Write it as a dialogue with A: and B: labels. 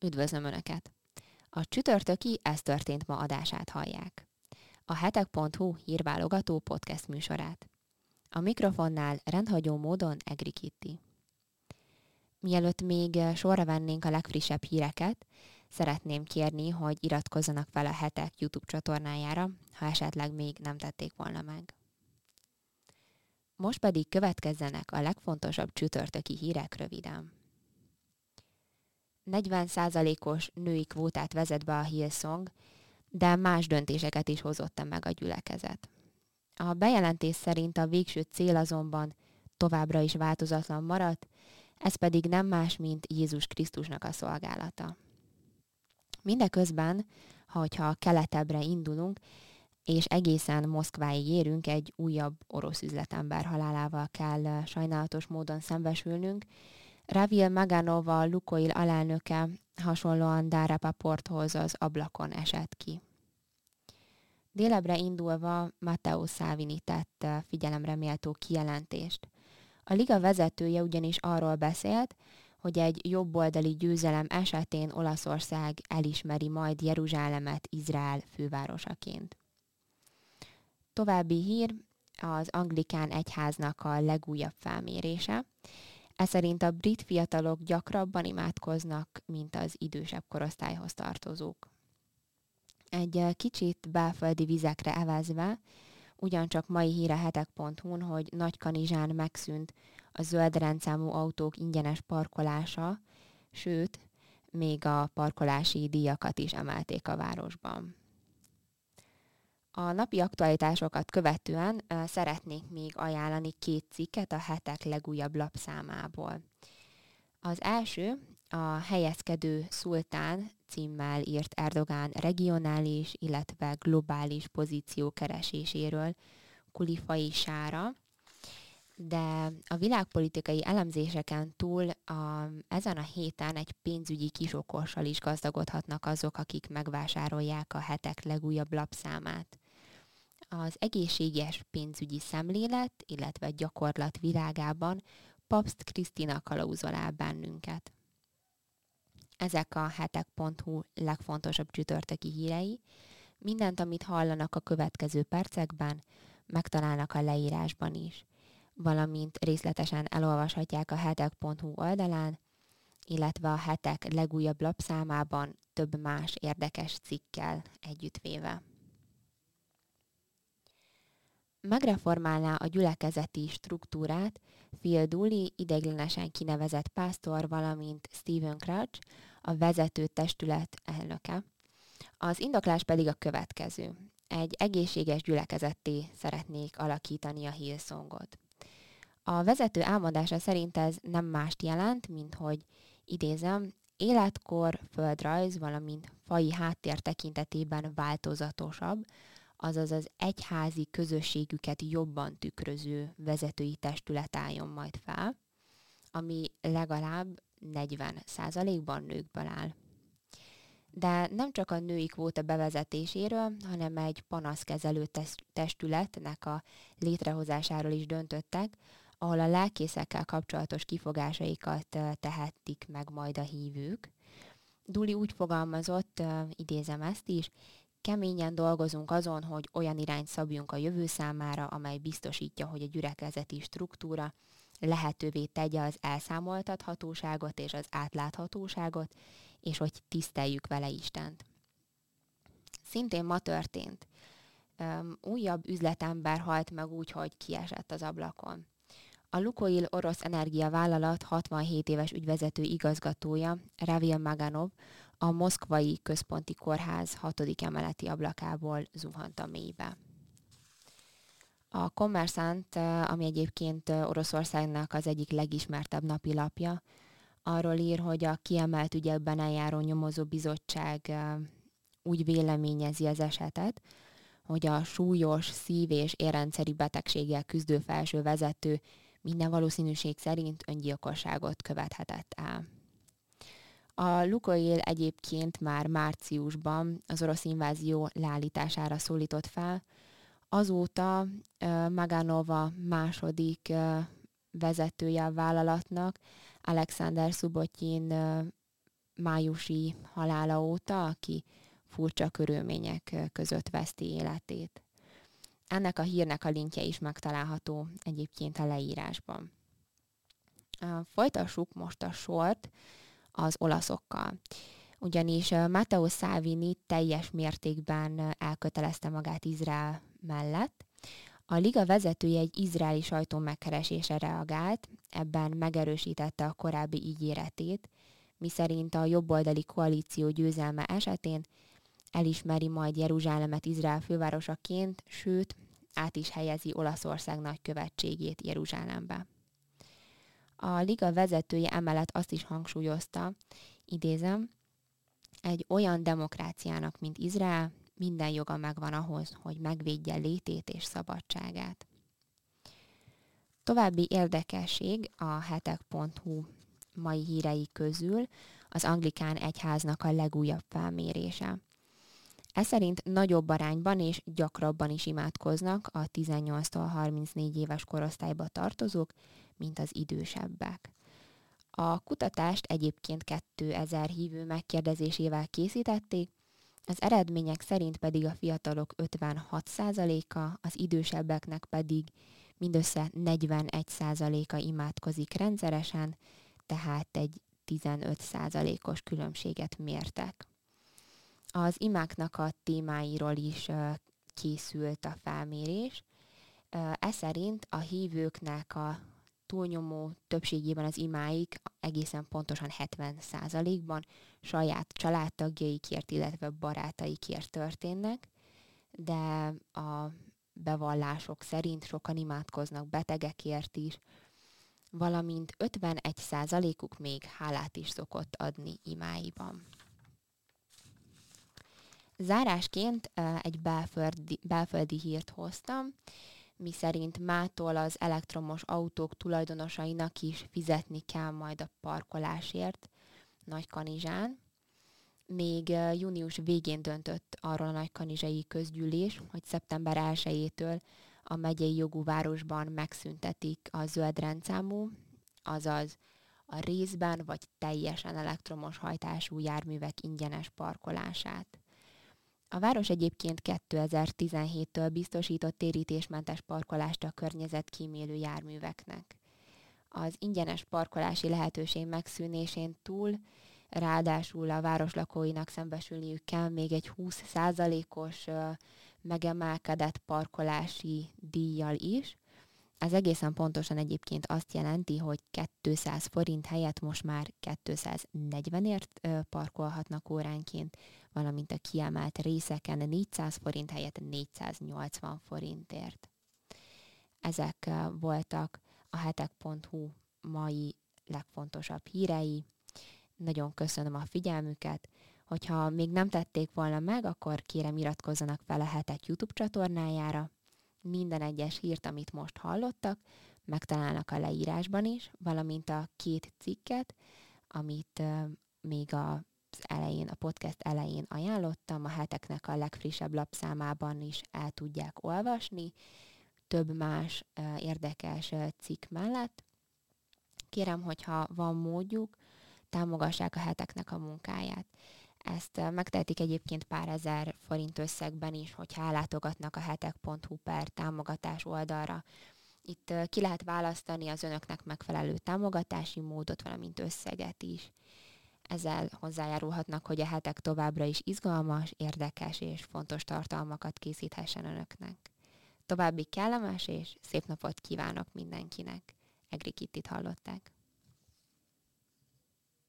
A: Üdvözlöm Önöket! A csütörtöki Ez történt ma adását hallják. A hetek.hu hírválogató podcast műsorát. A mikrofonnál rendhagyó módon Egri Kitti. Mielőtt még sorra vennénk a legfrissebb híreket, szeretném kérni, hogy iratkozzanak fel a Hetek YouTube csatornájára, ha esetleg még nem tették volna meg. Most pedig következzenek a legfontosabb csütörtöki hírek röviden. 40%-os női kvótát vezet be a Hillsong, de más döntéseket is hozott meg a gyülekezet. A bejelentés szerint a végső cél azonban továbbra is változatlan maradt, ez pedig nem más, mint Jézus Krisztusnak a szolgálata. Mindeközben, hogyha keletebbre indulunk, és egészen Moszkváig érünk, egy újabb orosz üzletember halálával kell sajnálatos módon szembesülnünk. Ravil Maganov, a Lukoil alelnöke hasonlóan Dara Paporthoz az ablakon esett ki. Délebre indulva Matteo Salvini tett figyelemre méltó kijelentést. A liga vezetője ugyanis arról beszélt, hogy egy jobboldali győzelem esetén Olaszország elismeri majd Jeruzsálemet Izrael fővárosaként. További hír, az anglikán egyháznak a legújabb felmérése. Ez szerint a brit fiatalok gyakrabban imádkoznak, mint az idősebb korosztályhoz tartozók. Egy kicsit belföldi vizekre evezve, ugyancsak mai hír a hetek.hu-n, hogy Nagykanizsán megszűnt a zöld rendszámú autók ingyenes parkolása, sőt, még a parkolási díjakat is emelték a városban. A napi aktualitásokat követően szeretnék még ajánlani 2 cikket a hetek legújabb lapszámából. Az első a Helyezkedő szultán címmel írt Erdogán regionális, illetve globális pozíció kereséséről Kulifai Sára, de a világpolitikai elemzéseken túl ezen a héten egy pénzügyi kisokossal is gazdagodhatnak azok, akik megvásárolják a hetek legújabb lapszámát. Az egészséges pénzügyi szemlélet, illetve gyakorlat világában Pabst Krisztina kalauzol el bennünket. Ezek a hetek.hu legfontosabb csütörtöki hírei. Mindent, amit hallanak a következő percekben, megtalálnak a leírásban is, valamint részletesen elolvashatják a hetek.hu oldalán, illetve a hetek legújabb lapszámában több más érdekes cikkkel együttvéve. Megreformálná a gyülekezeti struktúrát Phil Dooley ideiglenesen kinevezett pásztor, valamint Stephen Crouch, a vezető testület elnöke. Az indoklás pedig a következő. Egy egészséges gyülekezetté szeretnék alakítani a Hillsongot. A vezető elmondása szerint ez nem mást jelent, mint hogy, idézem, életkor, földrajz, valamint faji háttér tekintetében változatosabb, azaz az egyházi közösségüket jobban tükröző vezetői testület álljon majd fel, ami legalább 40%-ban nőkből áll. De nem csak a női kvóta bevezetéséről, hanem egy panaszkezelő testületnek a létrehozásáról is döntöttek, ahol a lelkészekkel kapcsolatos kifogásaikat tehetik meg majd a hívők. Dooley úgy fogalmazott, idézem ezt is, keményen dolgozunk azon, hogy olyan irányt szabjunk a jövő számára, amely biztosítja, hogy a gyülekezeti struktúra lehetővé tegye az elszámoltathatóságot és az átláthatóságot, és hogy tiszteljük vele Istent. Szintén ma történt. Újabb üzletember halt meg úgy, hogy kiesett az ablakon. A Lukoil orosz energiavállalat 67 éves ügyvezető igazgatója, Ravil Maganov, a moszkvai központi kórház 6. emeleti ablakából zuhant a mélybe. A Kommersant, ami egyébként Oroszországnak az egyik legismertebb napilapja, arról ír, hogy a kiemelt ügyekben eljáró nyomozó bizottság úgy véleményezi az esetet, hogy a súlyos szív- és érrendszeri betegséggel küzdő felső vezető minden valószínűség szerint öngyilkosságot követhetett el. A Lukoil egyébként már márciusban az orosz invázió leállítására szólított fel, azóta Maganova második vezetője a vállalatnak, Alexander Subotyin májusi halála óta, aki furcsa körülmények között veszti életét. Ennek a hírnek a linkje is megtalálható egyébként a leírásban. Folytassuk most a sort az olaszokkal. Ugyanis Matteo Salvini teljes mértékben elkötelezte magát Izrael mellett. A liga vezetője egy izraeli sajtó megkeresésre reagált, ebben megerősítette a korábbi ígéretét, miszerint a jobboldali koalíció győzelme esetén elismeri majd Jeruzsálemet Izrael fővárosaként, sőt, át is helyezi Olaszország nagykövetségét Jeruzsálembe. A liga vezetője emellett azt is hangsúlyozta, idézem, egy olyan demokráciának, mint Izrael, minden joga megvan ahhoz, hogy megvédje létét és szabadságát. További érdekesség a hetek.hu mai hírei közül az anglikán egyháznak a legújabb felmérése. Ez szerint nagyobb arányban és gyakrabban is imádkoznak a 18-tól 34 éves korosztályba tartozók, mint az idősebbek. A kutatást egyébként 2000 hívő megkérdezésével készítették, az eredmények szerint pedig a fiatalok 56%-a, az idősebbeknek pedig mindössze 41%-a imádkozik rendszeresen, tehát egy 15%-os különbséget mértek. Az imáknak a témáiról is készült a felmérés. Ez szerint a hívőknek a túlnyomó többségében az imáik egészen pontosan 70%-ban saját családtagjaikért, illetve barátaikért történnek, de a bevallások szerint sokan imádkoznak betegekért is, valamint 51%-uk még hálát is szokott adni imáiban. Zárásként egy belföldi hírt hoztam, miszerint mától az elektromos autók tulajdonosainak is fizetni kell majd a parkolásért Nagykanizsán. Még június végén döntött arról a nagykanizsai közgyűlés, hogy szeptember 1-től a megyei jogú városban megszüntetik a zöld rendszámú, azaz a részben vagy teljesen elektromos hajtású járművek ingyenes parkolását. A város egyébként 2017-től biztosított térítésmentes parkolást a környezetkímélő járműveknek. Az ingyenes parkolási lehetőség megszűnésén túl, ráadásul a város lakóinak szembesülniük kell még egy 20%-os megemelkedett parkolási díjjal is. Ez egészen pontosan egyébként azt jelenti, hogy 200 forint helyett most már 240-ért parkolhatnak óránként, valamint a kiemelt részeken 400 forint helyett 480 forintért. Ezek voltak a hetek.hu mai legfontosabb hírei. Nagyon köszönöm a figyelmüket. Hogyha még nem tették volna meg, akkor kérem iratkozzanak fel a Hetek YouTube csatornájára. Minden egyes hírt, amit most hallottak, megtalálnak a leírásban is, valamint a 2 cikket, amit még a podcast elején ajánlottam, a heteknek a legfrissebb lapszámában is el tudják olvasni, több más érdekes cikk mellett. Kérem, hogyha van módjuk, támogassák a heteknek a munkáját. Ezt megtehetik egyébként pár ezer forint összegben is, hogyha ellátogatnak a hetek.hu/támogatás oldalra. Itt ki lehet választani az önöknek megfelelő támogatási módot, valamint összeget is. Ezzel hozzájárulhatnak, hogy a hetek továbbra is izgalmas, érdekes és fontos tartalmakat készíthessen önöknek. További kellemes és szép napot kívánok mindenkinek. Egri Kittit hallották.